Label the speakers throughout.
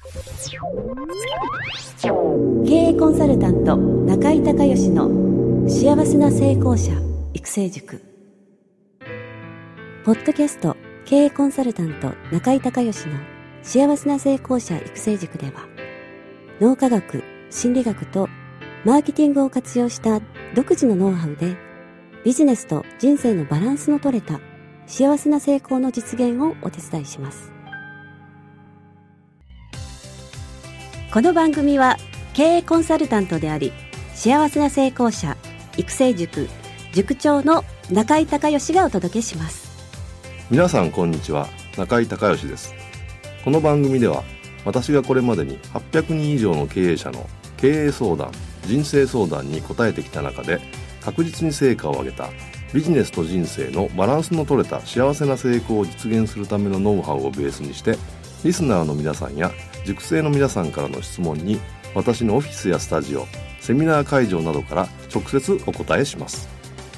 Speaker 1: 経営コンサルタント中井孝義の幸せな成功者育成塾。ポッドキャスト経営コンサルタント中井孝義の幸せな成功者育成塾では、脳科学、心理学とマーケティングを活用した独自のノウハウで、ビジネスと人生のバランスの取れた幸せな成功の実現をお手伝いします。この番組は経営コンサルタントであり、幸せな成功者育成塾塾長の中井孝義がお届けします。
Speaker 2: 皆さんこんにちは、中井孝義です。この番組では、私がこれまでに800人以上の経営者の経営相談、人生相談に答えてきた中で、確実に成果を上げたビジネスと人生のバランスの取れた幸せな成功を実現するためのノウハウをベースにして、リスナーの皆さんや塾生の皆さんからの質問に、私のオフィスやスタジオ、セミナー会場などから直接お答えします。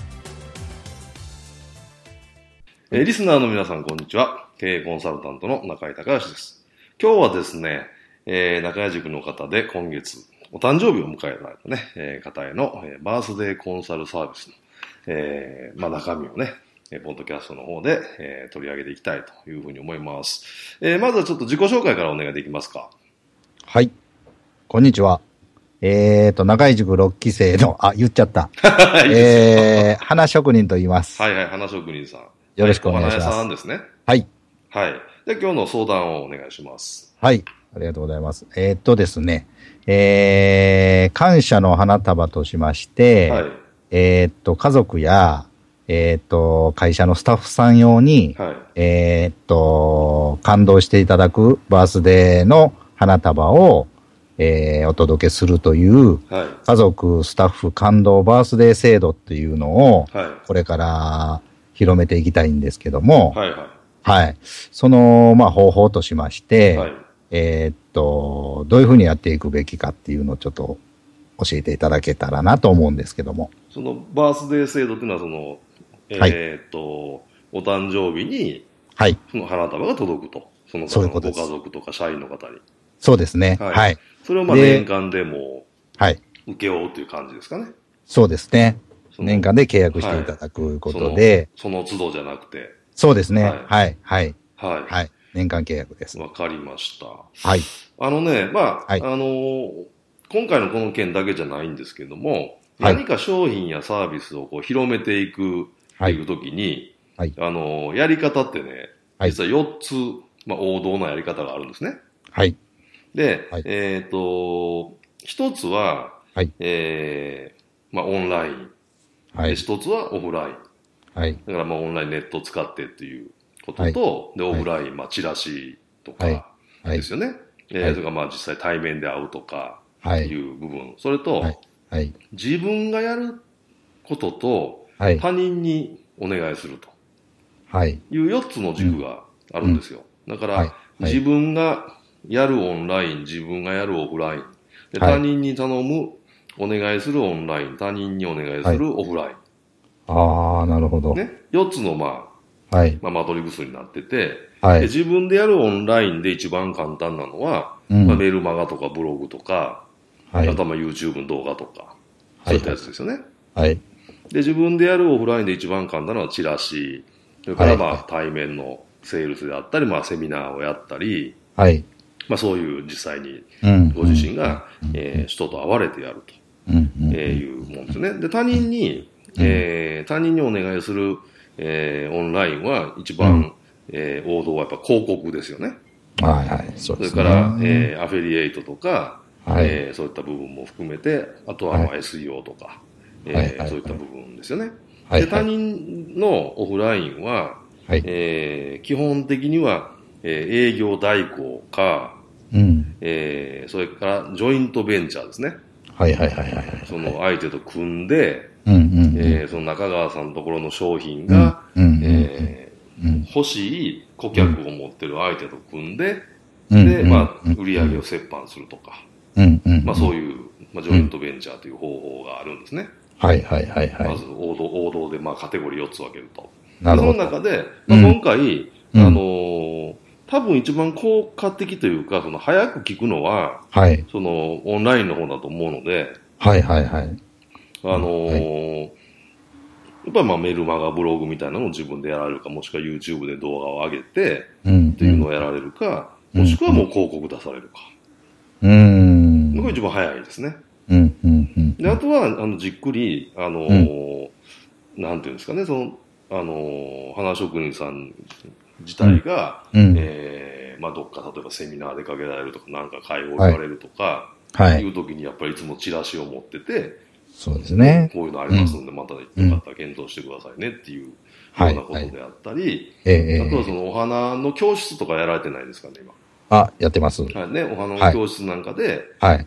Speaker 2: リスナーの皆さんこんにちは。経営コンサルタントの中井孝義です。今日はですね、中井塾の方で今月お誕生日を迎えられたね、方への、バースデーコンサルサービスの、中身をね、ポッドキャストの方で、取り上げていきたいというふうに思います。まずはちょっと自己紹介からお願いできますか。
Speaker 3: はい。こんにちは。中井塾6期生の、言っちゃった。花職人と言います。
Speaker 2: はいはい、花職人さん。
Speaker 3: よろしくお願いします。
Speaker 2: お花屋さんですね。
Speaker 3: はい。
Speaker 2: はい。で、今日の相談をお願いします。
Speaker 3: はい。ありがとうございます。ですね、感謝の花束としまして、はい、家族や、会社のスタッフさん用に、はい、感動していただくバースデーの花束を、お届けするという、はい、家族スタッフ感動バースデー制度っていうのを、はい、これから広めていきたいんですけども、はいはいはい、その、方法としまして、はい、どういうふうにやっていくべきかっていうのをちょっと教えていただけたらなと思うんですけども。
Speaker 2: そのバースデー制度っていうのはその、お誕生日に、はい。その花束が届くと。その方のご家族とか社員の方に。
Speaker 3: そうですね。はい。はい、
Speaker 2: それを年間でも、はい。受け負うという感じですかね。
Speaker 3: そうですね。年間で契約していただくことで。
Speaker 2: その都度じゃなくて。
Speaker 3: そうですね。はい。はい。はい。はい。はい。年間契約です。
Speaker 2: わかりました。
Speaker 3: はい。
Speaker 2: はい、今回のこの件だけじゃないんですけども、はい、何か商品やサービスをこう広めていくっていうときに、はい、やり方ってね、実は4つ、王道のやり方があるんですね。はい。で、はい、一つは、はい、オンライン。はい。一つはオフライン。はい。だからオンラインネットを使ってっていうことと、はい、で、オフライン、チラシとかですよね。はい。それから実際対面で会うとか、いう部分。はい、それと、はいはい、自分がやることと、他人にお願いすると。はい。いう4つの軸があるんですよ。だから、自分がやるオンライン、自分がやるオフライン。で、他人に頼む、お願いするオンライン、他人にお願いするオフライン。
Speaker 3: ああ、なるほど。
Speaker 2: ね。4つのマトリクスになってて、はい、で、自分でやるオンラインで一番簡単なのは、メールマガとかブログとか、はい、あとはYouTube の動画とか、そういったやつですよね。はい。で、自分でやるオフラインで一番簡単なのはチラシ、それから対面のセールスであったり、セミナーをやったり、はい。そういう実際にご自身が、人と会われてやると、いうもんですね。で、他人にお願いする、オンラインは一番、王道はやっぱ広告ですよね。はいはい。そうですね。それから、アフィリエイトとか、はい、そういった部分も含めて、あとはSEO とか、そういった部分ですよね。はい、で、他人のオフラインは、はい、基本的には、営業代行か、それからジョイントベンチャーですね。はいはいはいはい。その相手と組んで、その中川さんのところの商品が、欲しい顧客を持ってる相手と組んで、で、売り上げを折半するとか、そういう、ジョイントベンチャーという方法があるんですね。はいはいはいはい。まず王道で、カテゴリー4つ分けると。その中で、今回、 多分一番効果的というか、早く聞くのは、
Speaker 3: はい。
Speaker 2: オンラインの方だと思うので、
Speaker 3: はいはいはい。
Speaker 2: やっぱりメルマガ、ブログみたいなのを自分でやられるか、もしくは YouTube で動画を上げて、っていうのをやられるか、もしくはもう広告出されるか。これが一番早いですね。で、あとは、じっくり、なんていうんですかね、花職人さん自体が、どっか例えばセミナーでかけられるとか、なんか会合言われるとか、いう時にやっぱりいつもチラシを持ってて、
Speaker 3: そうですね。
Speaker 2: こういうのありますので、またよかったら検討してくださいねっていうようなことであったり、あとはお花の教室とかやられてないですかね、今。
Speaker 3: やってます。
Speaker 2: はいね、お花の教室なんかで、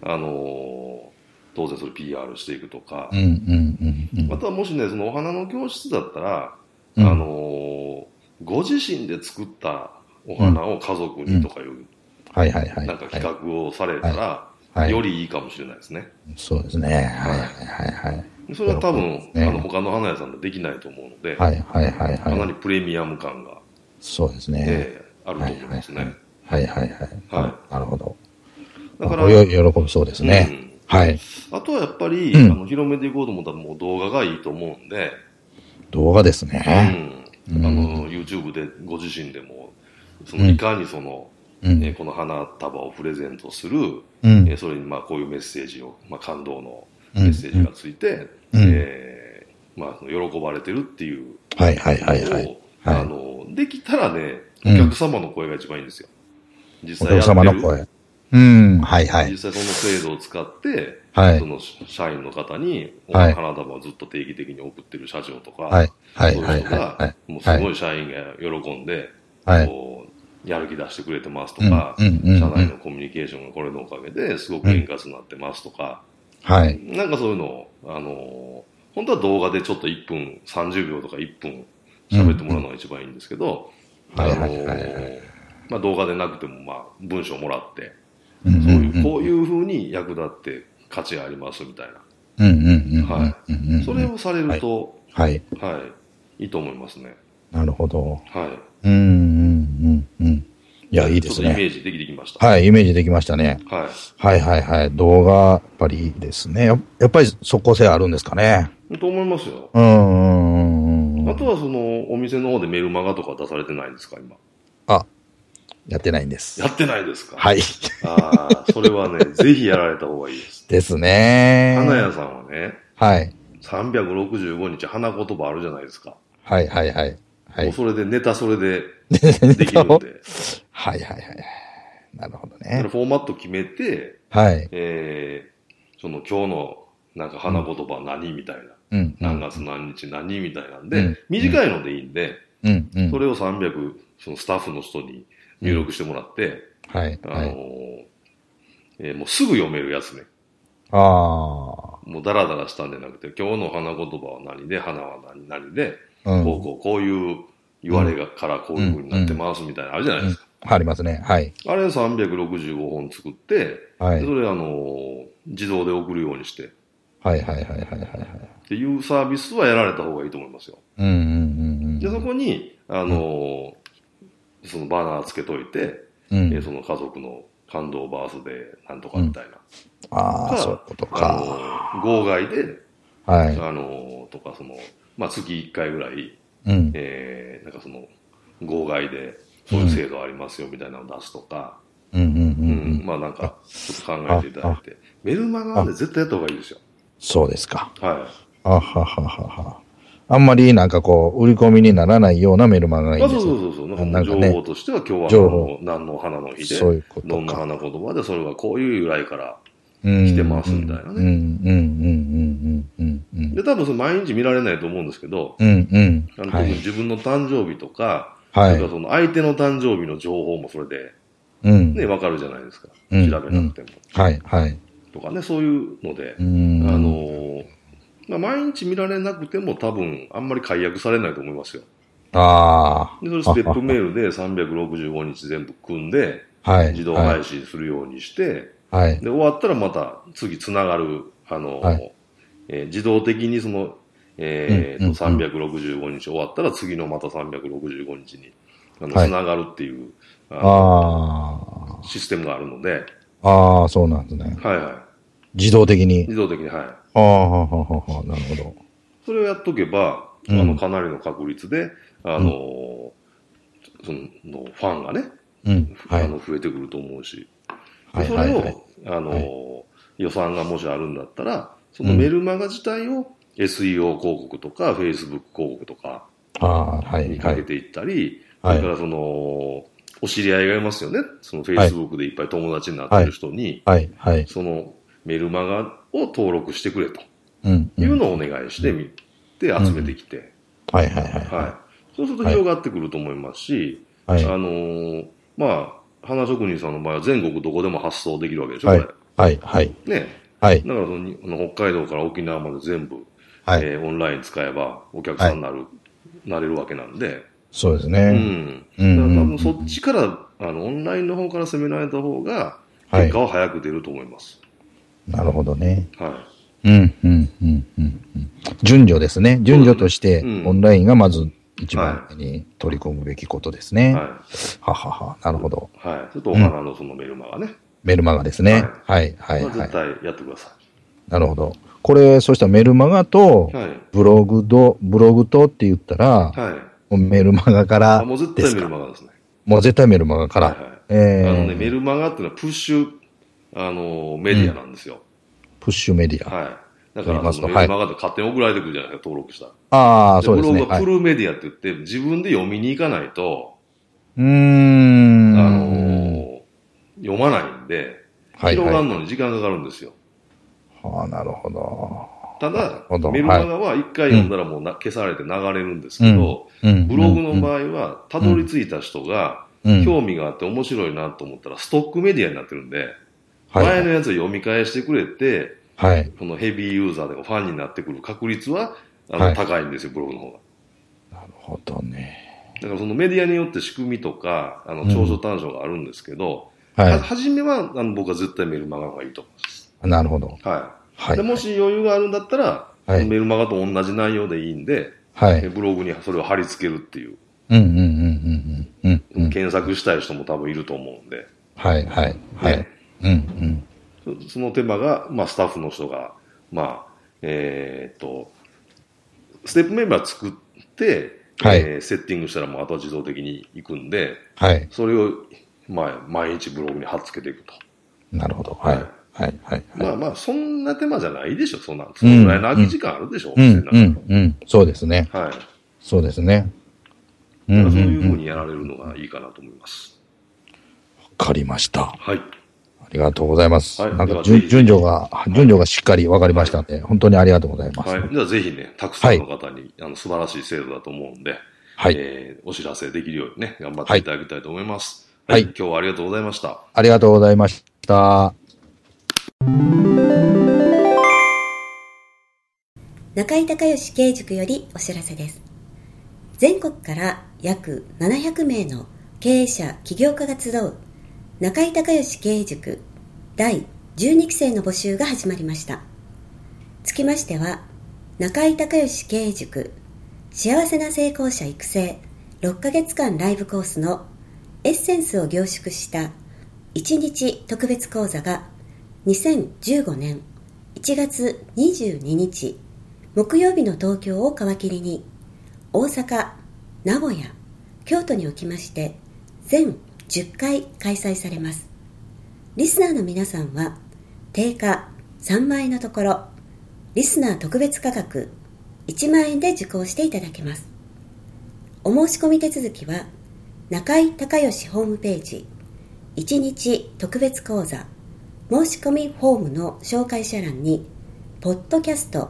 Speaker 2: 当然それ PR していくとか、あとはもしね、お花の教室だったら、ご自身で作ったお花を家族にとかいう、なんか企画をされたら、よりいいかもしれないですね。
Speaker 3: そうですね。はい。
Speaker 2: それは多分、他の花屋さんでできないと思うので、かなりプレミアム感が、
Speaker 3: そうですね。
Speaker 2: あると思いますね。
Speaker 3: なるほど。だから、喜びそうですね。はい。
Speaker 2: あとはやっぱり、広めていこうと思ったらもう動画がいいと思うんで、
Speaker 3: 動画ですね。
Speaker 2: YouTube でご自身でも、いかにこの花束をプレゼントする、それにこういうメッセージを、感動のメッセージがついて、喜ばれてるっていうのを、できたらね、お客様の声が一番いいんですよ。実際やってる。お客様の声。実際その制度を使って、その社員の方に、花束をずっと定期的に送ってる社長とか、そういう人が、もうすごい社員が喜んで、やる気出してくれてますとか、社内のコミュニケーションがこれのおかげですごく円滑になってますとか、なんかそういうのを、本当は動画でちょっと1分、30秒とか1分喋ってもらうのが一番いいんですけど、動画でなくても文章もらって、こういう風に役立って価値がありますみたいな。それをされると、いいと思いますね。
Speaker 3: なるほど。いや、いいですね。
Speaker 2: ちょっとイメージできてきました。
Speaker 3: はい、イメージできましたね。動画、やっぱりいいですね。やっぱり即効性あるんですかね。
Speaker 2: と思いますよ。あとはお店の方でメルマガとか出されてないんですか、今。
Speaker 3: やってないんです。
Speaker 2: やってないですか。
Speaker 3: はい。
Speaker 2: それはね、ぜひやられた方がいいです。
Speaker 3: ですね。
Speaker 2: 花屋さんはね、365日花言葉あるじゃないですか。もうそれでそれでできるんで。
Speaker 3: なるほどね。
Speaker 2: フォーマット決めて、今日のなんか花言葉は何みたいな。何月何日何みたいなんで、短いのでいいんで、それを300、スタッフの人に入力してもらって、もうすぐ読めるやつね。もうダラダラしたんじゃなくて、今日の花言葉は何で、花は何で、こういう言われがからこういう風になってますみたいなのあるじゃないですか。
Speaker 3: ありますね。あれ
Speaker 2: 365本作って、それ自動で送るようにして。っていうサービスはやられた方がいいと思いますよ。で、そこに、そのバナーつけといて、その家族の感動バースデーなんとかみたいな。
Speaker 3: そういうことか。
Speaker 2: 号外で、とか月1回ぐらい、なんか号外で、そういう制度ありますよみたいなのを出すとか、なんか、ちょっと考えていただいて、メルマガで絶対やった方がいいですよ。
Speaker 3: そうですか。あんまりなんか売り込みにならないようなメルマガがいいんですよ。
Speaker 2: そう。なんか情報としては今日は何の花の日で、どんな花言葉で、それはこういう由来から来てますみたいなね。で、多分毎日見られないと思うんですけど、特に自分の誕生日とか、それから相手の誕生日の情報もそれで、ね、わかるじゃないですか。調べなくても。とかね、そういうので、毎日見られなくても多分あんまり解約されないと思いますよ。で、それステップメールで365日全部組んで、自動配信するようにして、で、終わったらまた次つながる、自動的に365日終わったら次のまた365日につながるっていう、 システムがあるので。
Speaker 3: そうなんですね。
Speaker 2: はいはい。
Speaker 3: 自動的に。
Speaker 2: はい。なる
Speaker 3: ほど。
Speaker 2: それをやっとけば、かなりの確率で、そのファンがね、増えてくると思うし。それを、予算がもしあるんだったら、そのメルマガ自体を SEO 広告とか Facebook 広告とかにかけていったり、それからお知り合いがいますよね。その Facebook でいっぱい友達になってる人に、そのメルマガを登録してくれというのをお願いしてみて集めてきて、そうすると広がってくると思いますし、花職人さんの場合は全国どこでも発送できるわけでしょ、これ。ね。だから北海道から沖縄まで全部、オンライン使えばお客さんになれるわけなんで。
Speaker 3: そうですね。
Speaker 2: だから多分そっちから、オンラインの方から攻められた方が、結果は早く出ると思います。
Speaker 3: なるほどね。順序ですね。順序として、オンラインがまず一番目に取り込むべきことですね。なるほど。
Speaker 2: ちょっとお花のそのメルマガね。
Speaker 3: メルマガですね。
Speaker 2: 絶対やってください。
Speaker 3: なるほど。これ、そうしたメルマガと、ブログとって言ったら、メルマガから
Speaker 2: もう絶対メルマガですね。
Speaker 3: もう絶対メルマガから。
Speaker 2: メルマガっていうのはプッシュ、メディアなんですよ。
Speaker 3: プッシュメディア。
Speaker 2: だから、メルマガって勝手に送られてくるじゃないですか、登録したら。
Speaker 3: そうですね。
Speaker 2: ブログはフルメディアって言って、自分で読みに行かないと、読まないんで、広がるのに時間かかるんですよ。
Speaker 3: なるほど。
Speaker 2: ただ、メルマガは一回読んだらもう消されて流れるんですけど、ブログの場合は、たどり着いた人が、興味があって面白いなと思ったら、ストックメディアになってるんで、前のやつを読み返してくれて、このヘビーユーザーでもファンになってくる確率は高いんですよ、ブログの方が。
Speaker 3: なるほどね。
Speaker 2: だからそのメディアによって仕組みとか、長所短所があるんですけど、初めは僕は絶対メルマガの方がいいと思います。
Speaker 3: なるほど。
Speaker 2: でもし余裕があるんだったら、メルマガと同じ内容でいいんで、ブログにそれを貼り付けるっていう。検索したい人も多分いると思うんで。その手間が、スタッフの人が、ステップメンバー作って、セッティングしたらもうあとは自動的にいくんで、それを、毎日ブログに貼っ付けていくと。
Speaker 3: なるほど。
Speaker 2: そんな手間じゃないでしょ、そのぐらいの空き時間あるでしょ、
Speaker 3: そうですね。そうですね。
Speaker 2: そういうふうにやられるのがいいかなと思います。
Speaker 3: わかりました。
Speaker 2: あ
Speaker 3: りがとうございます。なんか順序がしっかりわかりましたので、本当にありがとうございます。
Speaker 2: ではぜひね、たくさんの方に、素晴らしい制度だと思うんで、お知らせできるようにね、頑張っていただきたいと思います。今日はありがとうございました。
Speaker 3: ありがとうございました。
Speaker 1: 中井隆義経営塾よりお知らせです。全国から約700名の経営者起業家が集う中井隆義経営塾第12期生の募集が始まりました。つきましては、中井隆義経営塾幸せな成功者育成6ヶ月間ライブコースのエッセンスを凝縮した1日特別講座が2015年1月22日木曜日の東京を皮切りに大阪、名古屋、京都におきまして全10回開催されます。リスナーの皆さんは定価3万円のところリスナー特別価格1万円で受講していただけます。お申し込み手続きは中井隆義ホームページ1日特別講座申し込みフォームの紹介者欄にポッドキャスト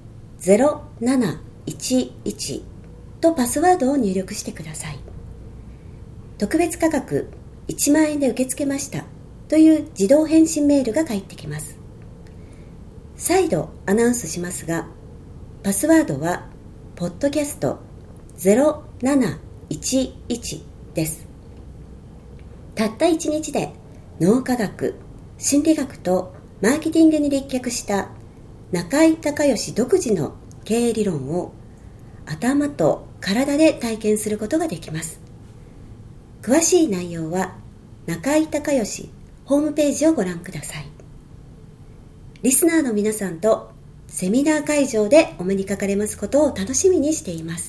Speaker 1: 0711とパスワードを入力してください。特別価格1万円で受け付けましたという自動返信メールが返ってきます。再度アナウンスしますが、パスワードはポッドキャスト0711です。たった1日で脳科学、心理学とマーケティングに立脚した中井隆義独自の経営理論を頭と体で体験することができます。 詳しい内容は中井孝義ホームページをご覧ください。リスナーの皆さんとセミナー会場でお目にかかれますことを楽しみにしています。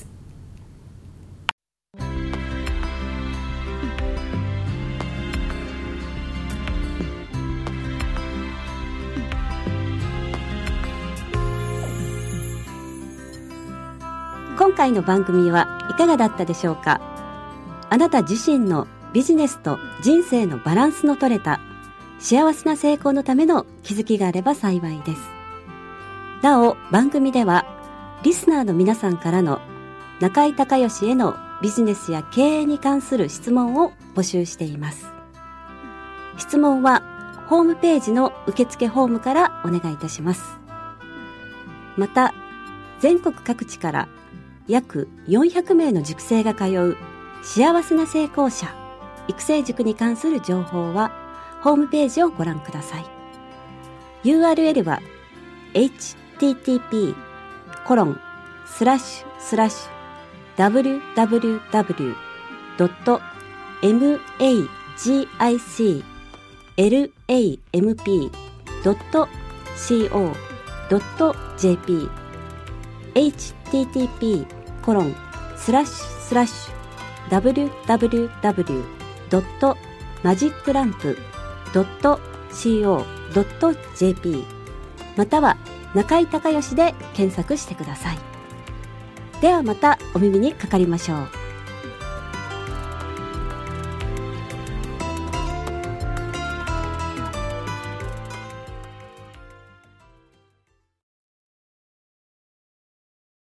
Speaker 1: 今回の番組はいかがだったでしょうか。あなた自身のビジネスと人生のバランスの取れた幸せな成功のための気づきがあれば幸いです。なお、番組ではリスナーの皆さんからの中井孝義へのビジネスや経営に関する質問を募集しています。質問はホームページの受付フォームからお願いいたします。また、全国各地から約400名の塾生が通う幸せな成功者育成塾に関する情報はホームページをご覧ください。 URL は http://www.magiclamp.co.jp http://www.magiclamp.co.jp または中井孝義で検索してください。ではまたお耳にかかりましょう。